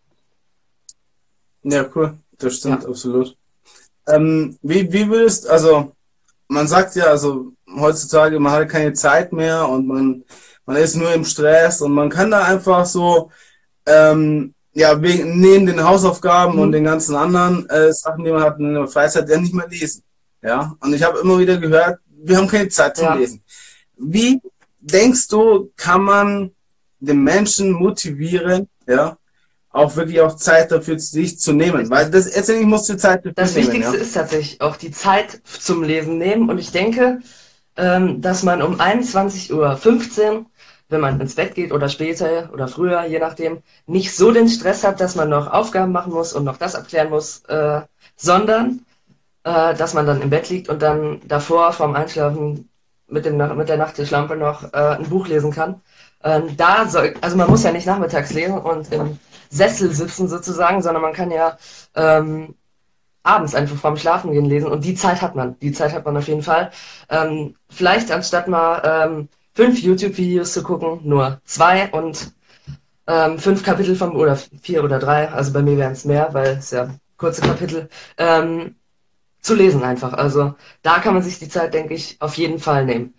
Ja, cool, das stimmt ja, absolut. Ähm, wie, wie würdest, also man sagt ja, also heutzutage, man hat keine Zeit mehr und man, man ist nur im Stress und man kann da einfach so, ähm, ja, wegen, neben den Hausaufgaben und mhm. den ganzen anderen äh, Sachen, die man hat in der Freizeit, ja nicht mehr lesen. Ja, und ich habe immer wieder gehört, wir haben keine Zeit zum Ja. Lesen. Wie denkst du, kann man den Menschen motivieren, ja, auch wirklich auch Zeit dafür sich zu nehmen? Weil Richtig. das letztendlich musst du Zeit dafür Das nehmen, Wichtigste ja. ist tatsächlich auch die Zeit zum Lesen nehmen. Und ich denke, ähm, dass man um einundzwanzig Uhr fünfzehn, wenn man ins Bett geht oder später oder früher, je nachdem, nicht so den Stress hat, dass man noch Aufgaben machen muss und noch das abklären muss, äh, sondern äh, dass man dann im Bett liegt und dann davor vorm Einschlafen mit, dem, Nach- mit der Nachttischlampe noch äh, ein Buch lesen kann. Ähm, da soll, also man muss ja nicht nachmittags lesen und im Sessel sitzen sozusagen, sondern man kann ja ähm, abends einfach vorm Schlafengehen lesen und die Zeit hat man. Die Zeit hat man auf jeden Fall. Ähm, vielleicht anstatt mal ähm, fünf YouTube-Videos zu gucken, nur zwei und ähm, fünf Kapitel vom, oder vier oder drei, also bei mir wären es mehr, weil es ja kurze Kapitel, ähm, zu lesen einfach. Also da kann man sich die Zeit, denke ich, auf jeden Fall nehmen.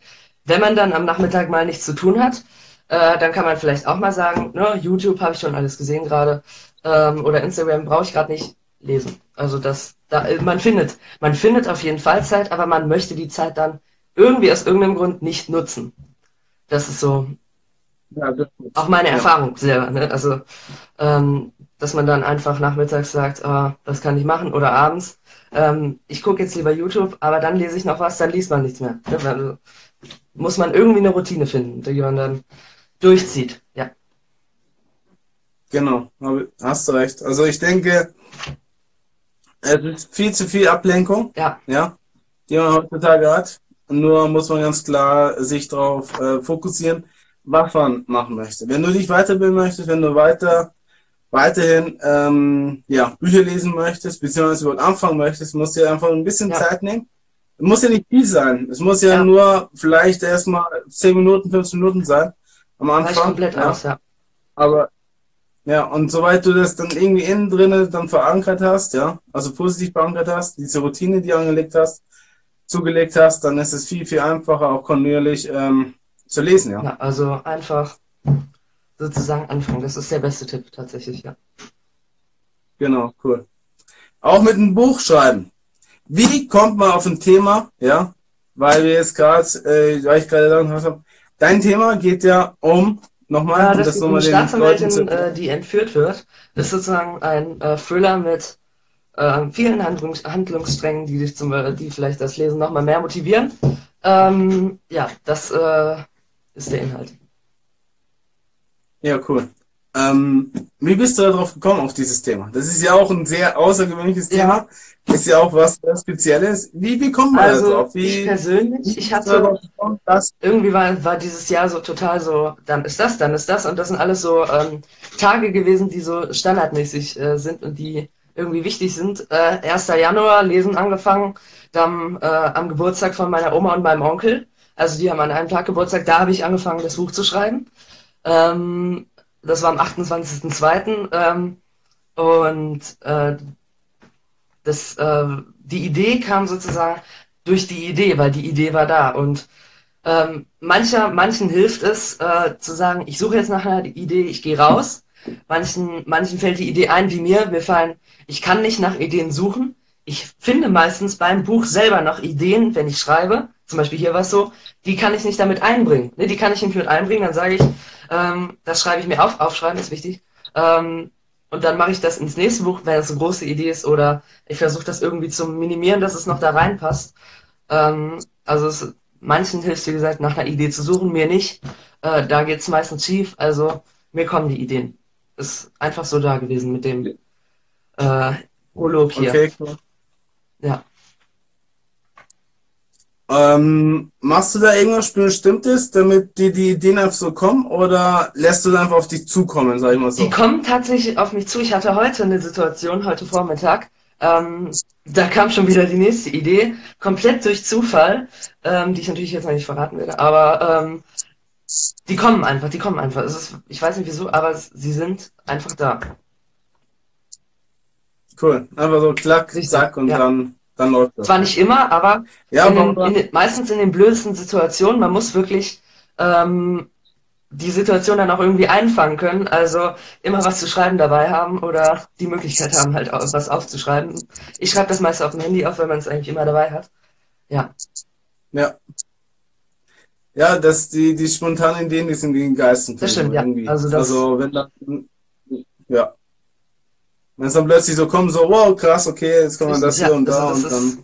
wenn man dann am Nachmittag mal nichts zu tun hat, äh, dann kann man vielleicht auch mal sagen, ne, YouTube habe ich schon alles gesehen gerade, ähm, oder Instagram brauche ich gerade nicht lesen. Also das, da, man findet, man findet auf jeden Fall Zeit, aber man möchte die Zeit dann irgendwie aus irgendeinem Grund nicht nutzen. Das ist so Ja, das auch meine ja. Erfahrung selber, ne? Also, ähm, dass man dann einfach nachmittags sagt, ah, das kann ich machen, oder abends, ähm, ich gucke jetzt lieber YouTube, aber dann lese ich noch was, dann liest man nichts mehr. Ne? Also, muss man irgendwie eine Routine finden, die man dann durchzieht. Ja, Genau, hab- hast du recht. Also ich denke, es ist viel zu viel Ablenkung, ja, ja, die man heutzutage hat. Nur muss man ganz klar sich darauf äh, fokussieren, was man machen möchte. Wenn du dich weiterbilden möchtest, wenn du weiter weiterhin ähm, ja, Bücher lesen möchtest, beziehungsweise überhaupt anfangen möchtest, musst du dir einfach ein bisschen ja, Zeit nehmen. Es muss ja nicht viel sein. Es muss ja ja, nur vielleicht erstmal zehn Minuten, fünfzehn Minuten sein am reicht Anfang. komplett Ja. aus, ja. Aber ja, und soweit du das dann irgendwie innen drinne dann verankert hast, ja, also positiv verankert hast, diese Routine, die du angelegt hast, zugelegt hast, dann ist es viel, viel einfacher, auch kontinuierlich ähm, zu lesen, ja. Ja, also einfach sozusagen anfangen. Das ist der beste Tipp tatsächlich, ja. Genau, cool. Auch mit einem Buch schreiben. Wie kommt man auf ein Thema, ja, weil wir jetzt gerade, äh, weil ich gerade sagen habe, dein Thema geht ja um, nochmal, Ja, um das das ist eine nochmal den Leuten zu Staatsanwältin, äh, die entführt wird. Das ist sozusagen ein äh, Thriller mit äh, vielen Handlungs Handlungssträngen, die dich zum, äh, die vielleicht das Lesen nochmal mehr motivieren. Ähm, ja, das äh, ist der Inhalt. Ja, cool. Ähm, wie bist du darauf gekommen, auf dieses Thema? Das ist ja auch ein sehr außergewöhnliches Ja, Thema. Ist ja auch was sehr Spezielles. Wie, wie kommt man da also drauf? ich Wie, persönlich, wie ich bist du hatte darauf gekommen, das? irgendwie war, war dieses Jahr so total so, dann ist das, dann ist das und das sind alles so ähm, Tage gewesen, die so standardmäßig äh, sind und die irgendwie wichtig sind. Äh, erster Januar, Lesen angefangen, dann äh, am Geburtstag von meiner Oma und meinem Onkel. Also die haben an einem Tag Geburtstag, da habe ich angefangen, das Buch zu schreiben. Ähm, das war am achtundzwanzigsten zweiten Ähm, und äh, das, äh, die Idee kam sozusagen durch die Idee, weil die Idee war da. Und ähm, mancher, manchen hilft es, äh, zu sagen, ich suche jetzt nach einer Idee, ich gehe raus. Manchen, manchen fällt die Idee ein, wie mir. Mir fallen, ich kann nicht nach Ideen suchen. Ich finde meistens beim Buch selber noch Ideen, wenn ich schreibe. Zum Beispiel hier war es so, die kann ich nicht damit einbringen. Ne, die kann ich nicht mit einbringen. Dann sage ich, ähm, das schreibe ich mir auf. Aufschreiben ist wichtig. Ähm, und dann mache ich das ins nächste Buch, wenn es eine große Idee ist. Oder ich versuche das irgendwie zu minimieren, dass es noch da reinpasst. Ähm, also es, manchen hilft, wie gesagt, nach einer Idee zu suchen, mir nicht. Äh, da geht es meistens schief, also mir kommen die Ideen. Ist einfach so da gewesen mit dem äh, Prolog hier. Okay, cool. Ja. Ähm, machst du da irgendwas Bestimmtes, damit dir die Ideen einfach so kommen, oder lässt du da einfach auf dich zukommen, sag ich mal Die so? kommen tatsächlich auf mich zu. Ich hatte heute eine Situation, heute Vormittag. Ähm, da kam schon wieder die nächste Idee, komplett durch Zufall, ähm, die ich natürlich jetzt noch nicht verraten werde. Aber ähm, die kommen einfach, die kommen einfach. Es ist, ich weiß nicht wieso, aber es, sie sind einfach da. Cool. Einfach so klack, Richtig, zack und ja. dann, dann läuft das. Zwar nicht immer, aber Ja, in den, aber in den, meistens in den blödesten Situationen, man muss wirklich ähm, die Situation dann auch irgendwie einfangen können. Also immer was zu schreiben dabei haben oder die Möglichkeit haben, halt auch was aufzuschreiben. Ich schreibe das meiste auf dem Handy auf, weil man es eigentlich immer dabei hat. Ja, ja. Ja, das, die, die spontanen Ideen, die sind gegen Geisten, das finde ich stimmt, immer ja. irgendwie. Also das, Also, wenn dann, ja. Wenn es dann plötzlich so kommt, so, wow, krass, okay, jetzt kann man richtig, das hier ja. und Also da das und ist, dann,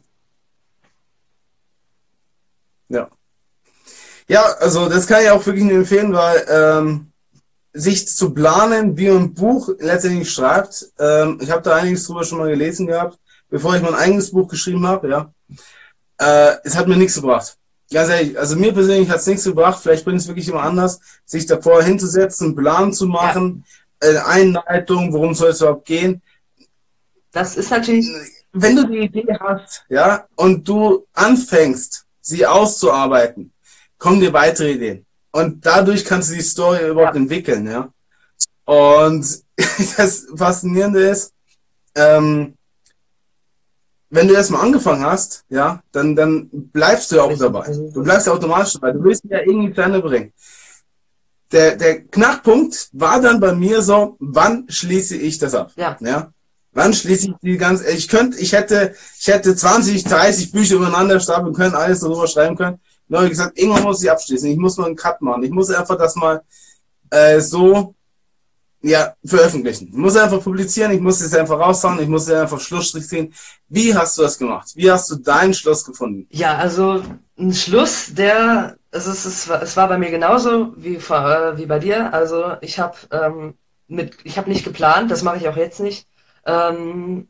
ja. Ja, also das kann ich auch wirklich nur empfehlen, weil ähm, sich zu planen, wie man ein Buch letztendlich schreibt, ähm, ich habe da einiges drüber schon mal gelesen gehabt, bevor ich mein eigenes Buch geschrieben habe, ja. Äh, es hat mir nichts gebracht. Ganz ehrlich, also mir persönlich hat es nichts gebracht, vielleicht bringt es wirklich immer anders, sich davor hinzusetzen, einen Plan zu ja, machen, äh, Einleitung, worum soll es überhaupt gehen. das ist natürlich, Wenn du die Idee hast, ja, und du anfängst, sie auszuarbeiten, kommen dir weitere Ideen. Und dadurch kannst du die Story überhaupt ja, entwickeln, ja. Und das Faszinierende ist, ähm, wenn du erstmal angefangen hast, ja, dann, dann bleibst du ja auch dabei. Du bleibst ja automatisch dabei. Du willst ihn ja irgendwie zu Ende bringen. Der, der Knackpunkt war dann bei mir so, wann schließe ich das ab? Ja. Ja? Wann schließe ich die ganze, ich könnte, ich hätte, ich hätte zwanzig, dreißig Bücher übereinander stapeln können, alles darüber schreiben können. Nur habe ich gesagt, irgendwann muss ich abschließen. Ich muss nur einen Cut machen. Ich muss einfach das mal äh, so ja, veröffentlichen. Ich muss einfach publizieren, ich muss es einfach raushauen, ich muss einfach Schlussstrich ziehen. Wie hast du das gemacht? Wie hast du deinen Schluss gefunden? Ja, also ein Schluss, der, es, ist, es, war, es war bei mir genauso wie, äh, wie bei dir. Also ich habe ähm, mit, ich habe nicht geplant, das mache ich auch jetzt nicht. Ähm,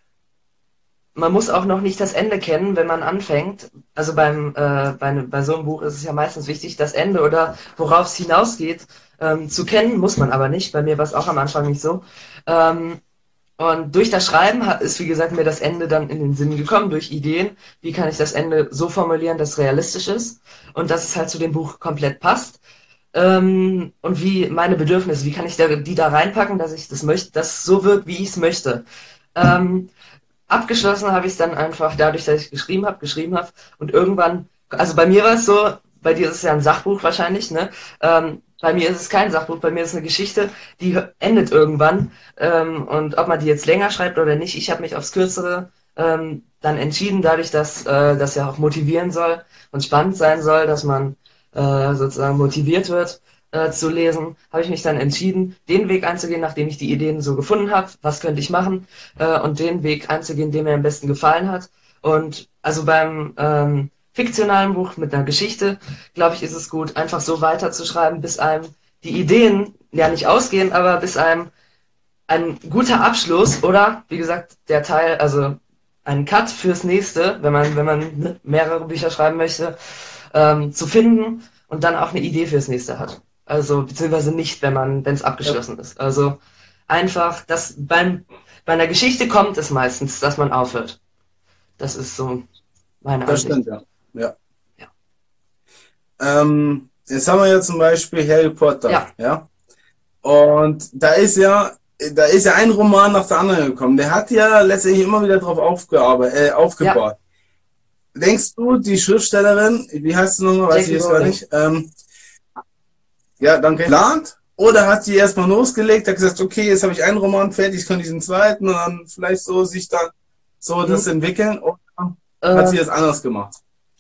man muss auch noch nicht das Ende kennen, wenn man anfängt. Also beim äh, bei, ne, bei so einem Buch ist es ja meistens wichtig, das Ende oder worauf es hinausgeht ähm, zu kennen, muss man aber nicht. Bei mir war es auch am Anfang nicht so. Ähm, und durch das Schreiben hat, ist, wie gesagt, mir das Ende dann in den Sinn gekommen, durch Ideen. Wie kann ich das Ende so formulieren, dass es realistisch ist und dass es halt zu dem Buch komplett passt. Ähm, und wie meine Bedürfnisse, wie kann ich da, die da reinpacken, dass ich das möchte, dass es so wirkt, wie ich es möchte. Ähm, abgeschlossen habe ich es dann einfach dadurch, dass ich geschrieben habe, geschrieben habe und irgendwann, also bei mir war es so, bei dir ist es ja ein Sachbuch wahrscheinlich, ne? Ähm, bei mir ist es kein Sachbuch, bei mir ist es eine Geschichte, die endet irgendwann. Ähm, und ob man die jetzt länger schreibt oder nicht, ich habe mich aufs Kürzere ähm, dann entschieden, dadurch, dass äh, das ja auch motivieren soll und spannend sein soll, dass man äh, sozusagen motiviert wird äh, zu lesen, habe ich mich dann entschieden, den Weg einzugehen, nachdem ich die Ideen so gefunden habe, was könnte ich machen, äh, und den Weg einzugehen, der mir am besten gefallen hat. Und also beim ähm, fiktionalen Buch mit einer Geschichte, glaube ich, ist es gut, einfach so weiterzuschreiben, bis einem die Ideen ja nicht ausgehen, aber bis einem ein guter Abschluss oder, wie gesagt, der Teil, also ein Cut fürs nächste, wenn man, wenn man mehrere Bücher schreiben möchte, ähm, zu finden und dann auch eine Idee fürs nächste hat. Also, beziehungsweise nicht, wenn man, wenn es abgeschlossen ja. ist. Also einfach, das beim, bei einer Geschichte kommt es meistens, dass man aufhört. Das ist so meine Das Ansicht. stimmt, ja. Ja. Ja. Ähm, jetzt haben wir ja zum Beispiel Harry Potter. Ja. Ja. Und da ist ja, da ist ja ein Roman nach der anderen gekommen. Der hat ja letztendlich immer wieder drauf aufgearbeitet, äh, aufgebaut. Ja. Denkst du, die Schriftstellerin, wie heißt sie nochmal, weiß ich jetzt gar nicht, ähm, ja, danke, plant? Oder hat sie erstmal losgelegt, hat gesagt, okay, jetzt habe ich einen Roman fertig, ich kann diesen zweiten und dann vielleicht so sich dann so das hm. entwickeln? Oder äh, hat sie das anders gemacht?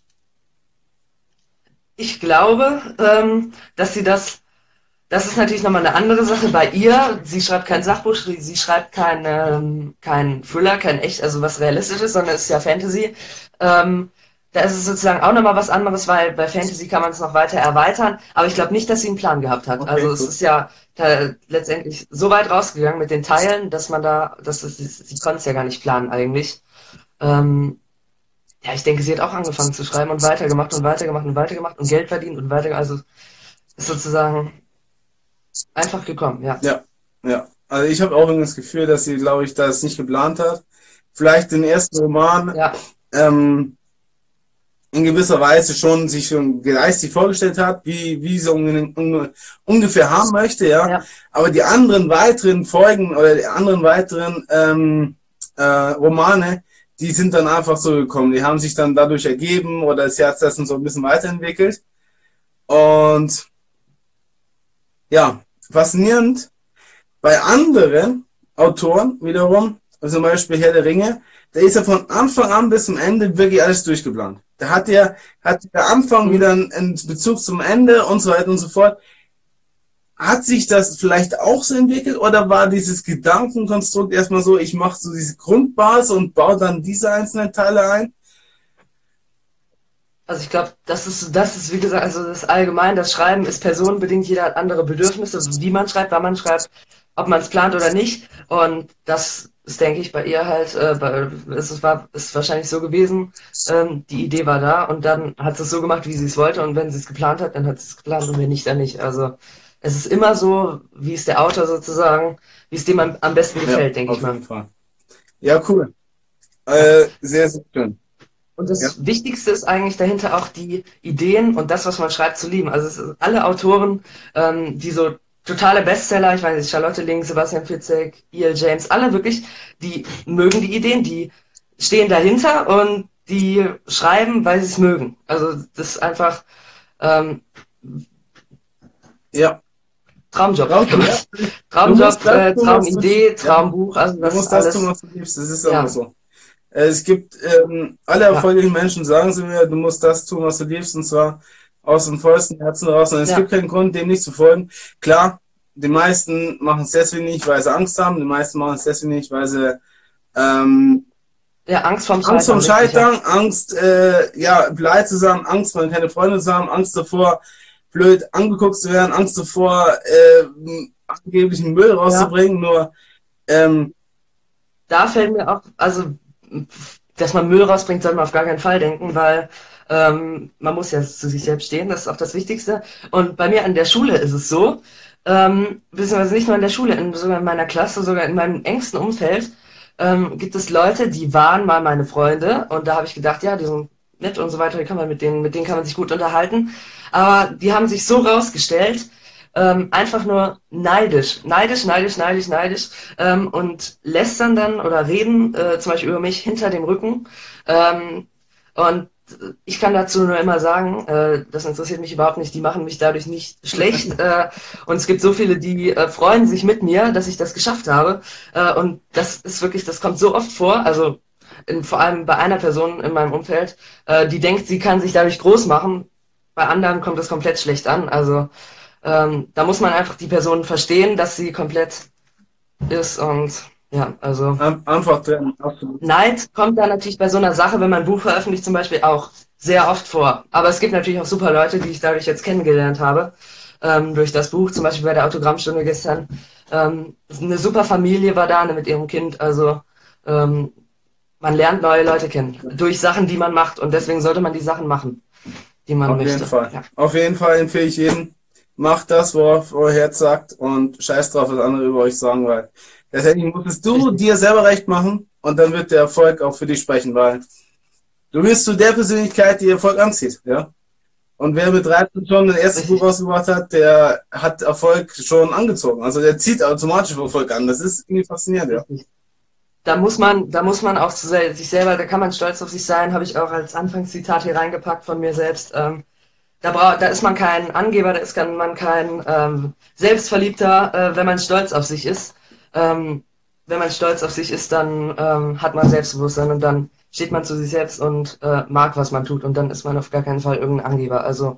Ich glaube, ähm, dass sie das, das ist natürlich nochmal eine andere Sache bei ihr. Sie schreibt kein Sachbuch, sie schreibt kein, ähm, kein Thriller, kein echt, also was Realistisches, sondern es ist ja Fantasy. Ähm, da ist es sozusagen auch nochmal was anderes, weil bei Fantasy kann man es noch weiter erweitern. Aber ich glaube nicht, dass sie einen Plan gehabt hat. Okay, also gut. Es ist ja da letztendlich so weit rausgegangen mit den Teilen, dass man da, dass es, sie konnte es ja gar nicht planen eigentlich. Ähm, ja, ich denke, sie hat auch angefangen zu schreiben und weitergemacht und weitergemacht und weitergemacht und Geld verdient und weiter, also ist sozusagen einfach gekommen, ja. Ja, ja. Also ich habe auch das Gefühl, dass sie, glaube ich, das nicht geplant hat. Vielleicht den ersten Roman ja. ähm, in gewisser Weise schon sich schon geistig vorgestellt hat, wie, wie sie un, un, ungefähr haben möchte, ja? ja. Aber die anderen weiteren Folgen oder die anderen weiteren ähm, äh, Romane, die sind dann einfach so gekommen. Die haben sich dann dadurch ergeben oder sie hat das dann so ein bisschen weiterentwickelt. Und ja, faszinierend. Bei anderen Autoren wiederum, also zum Beispiel Herr der Ringe, da ist ja von Anfang an bis zum Ende wirklich alles durchgeplant. Da hat ja, hat der Anfang wieder einen Bezug zum Ende und so weiter und so fort. Hat sich das vielleicht auch so entwickelt oder war dieses Gedankenkonstrukt erstmal so, ich mache so diese Grundbasis und baue dann diese einzelnen Teile ein? Also ich glaube, das ist, das ist, wie gesagt, also das allgemein, das Schreiben ist personenbedingt, jeder hat andere Bedürfnisse, also wie man schreibt, wann man schreibt, ob man es plant oder nicht. Und das ist, denke ich, bei ihr halt, äh, bei, es war, ist wahrscheinlich so gewesen, ähm, die Idee war da und dann hat sie es so gemacht, wie sie es wollte und wenn sie es geplant hat, dann hat sie es geplant und wenn nicht, dann nicht. Also es ist immer so, wie es der Autor sozusagen, wie es dem am, am besten gefällt, ja, denke ich mal. Auf jeden Fall. Ja, cool. Äh, sehr, sehr schön. Und das ja. Wichtigste ist eigentlich dahinter auch die Ideen und das, was man schreibt, zu lieben. Also es sind alle Autoren, ähm, die so totale Bestseller, ich weiß nicht, Charlotte Link, Sebastian Fitzek, E L James, alle wirklich, die mögen die Ideen, die stehen dahinter und die schreiben, weil sie es mögen. Also das ist einfach ähm, Ja. Traumjob. Traumjob, ja. Traumjob, äh, tun, Traumidee, ja. Traumbuch. Also Du das musst ist das alles. tun, was du liebst. Das ist Ja. einfach so. Äh, Es gibt, ähm, alle Ja. erfolgreichen Menschen sagen sie mir, du musst das tun, was du liebst, und zwar aus dem vollsten Herzen raus. Und es Ja. gibt keinen Grund, dem nicht zu folgen. Klar, die meisten machen es deswegen nicht, weil sie Angst haben. Die meisten machen es deswegen nicht, weil sie ähm, Ja, Angst vorm Scheitern. Angst vorm richtig, Scheitern, ja. Angst, äh, ja, pleite zu sein, Angst, mal keine Freunde zu haben, Angst davor, blöd angeguckt zu werden, Angst davor, äh, angeblichen Müll rauszubringen. Nur, ähm, Da fällt mir auch, also, dass man Müll rausbringt, soll man auf gar keinen Fall denken, weil ähm, man muss ja zu sich selbst stehen, das ist auch das Wichtigste. Und bei mir an der Schule ist es so, ähm, beziehungsweise nicht nur an der Schule, in, sogar in meiner Klasse, sogar in meinem engsten Umfeld, ähm, gibt es Leute, die waren mal meine Freunde und da habe ich gedacht, ja, die sind nett und so weiter, die kann man mit denen, mit denen kann man sich gut unterhalten. Aber die haben sich so rausgestellt, ähm, einfach nur neidisch, neidisch, neidisch, neidisch, neidisch ähm, und lästern dann oder reden äh, zum Beispiel über mich hinter dem Rücken. Ähm, und ich kann dazu nur immer sagen, äh, das interessiert mich überhaupt nicht, die machen mich dadurch nicht schlecht. Äh, und es gibt so viele, die äh, freuen sich mit mir, dass ich das geschafft habe. Äh, und das ist wirklich, das kommt so oft vor, also in, vor allem bei einer Person in meinem Umfeld, äh, die denkt, sie kann sich dadurch groß machen. Bei anderen kommt das komplett schlecht an. Also ähm, da muss man einfach die Person verstehen, dass sie komplett ist und ja, also einfach drin, absolut. Neid kommt da natürlich bei so einer Sache, wenn man ein Buch veröffentlicht zum Beispiel, auch sehr oft vor. Aber es gibt natürlich auch super Leute, die ich dadurch jetzt kennengelernt habe, ähm, durch das Buch, zum Beispiel bei der Autogrammstunde gestern. Ähm, eine super Familie war da, ne, mit ihrem Kind, also ähm, man lernt neue Leute kennen, durch Sachen, die man macht und deswegen sollte man die Sachen machen, die man Auf möchte. jeden Fall. Ja. Auf jeden Fall empfehle ich jedem, macht das, worauf euer Herz sagt, und scheiß drauf, was andere über euch sagen, weil letztendlich musstest du Richtig. dir selber recht machen und dann wird der Erfolg auch für dich sprechen, weil du bist zu der Persönlichkeit, die Erfolg anzieht, ja. Und wer mit dreizehn schon ein erstes Richtig. Buch rausgebracht hat, der hat Erfolg schon angezogen. Also der zieht automatisch Erfolg an. Das ist irgendwie faszinierend, ja. Richtig. Da muss man, da muss man auch zu se- sich selber, da kann man stolz auf sich sein, habe ich auch als Anfangszitat hier reingepackt von mir selbst. Ähm, da, bra da ist man kein Angeber, da ist kann man kein ähm, Selbstverliebter, äh, wenn man stolz auf sich ist. Ähm, wenn man stolz auf sich ist, dann ähm, hat man Selbstbewusstsein und dann steht man zu sich selbst und äh, mag, was man tut und dann ist man auf gar keinen Fall irgendein Angeber. Also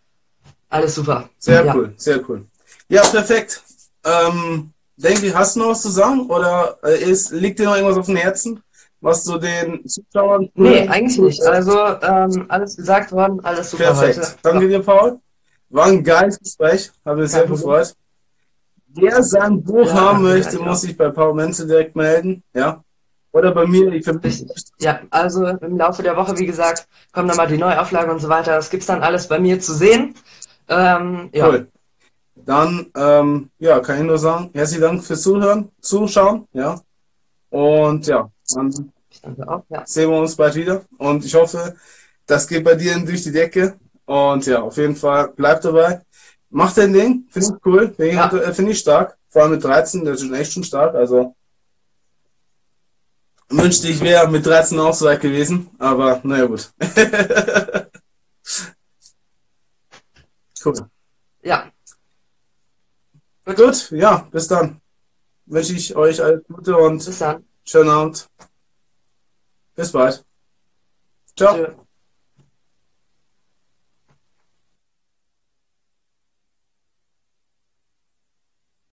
alles super. Sehr Ja. cool, sehr cool. Ja, perfekt. Ähm, denke ich, hast du noch was zu sagen? Oder äh, ist, liegt dir noch irgendwas auf dem Herzen, was du den Zuschauern... Nee, eigentlich nicht. Also ähm, alles gesagt worden, alles super Perfekt. heute. Danke Ja. dir, Paul. War ein geiles Gespräch. Habe mich Kein sehr Problem. gefreut. Wer sein Buch Ja, haben danke, möchte, ich muss auch. sich bei Paul Menzel direkt melden. Ja. Oder bei mir. Ich Richtig. Ja, also im Laufe der Woche, wie gesagt, kommen nochmal die Neuauflage und so weiter. Das gibt's dann alles bei mir zu sehen. Ähm, ja, Cool. Dann, ähm, ja, kann ich nur sagen, herzlichen Dank fürs Zuhören, Zuschauen. Ja. Und ja, dann ich danke auch. Ja, sehen wir uns bald wieder. Und ich hoffe, das geht bei dir durch die Decke. Und ja, auf jeden Fall, bleib dabei. Mach dein Ding. Finde ich cool. Finde ich, Ja. äh, finde ich stark. Vor allem mit dreizehn, das ist schon echt schon stark. Also, wünschte ich wäre mit dreizehn auch so weit gewesen. Aber, naja, gut. Cool. ja. Gut, Gut, ja, bis dann. Wünsche ich euch alles Gute und bis dann. schönen Abend. Bis bald. Ciao. Tschö.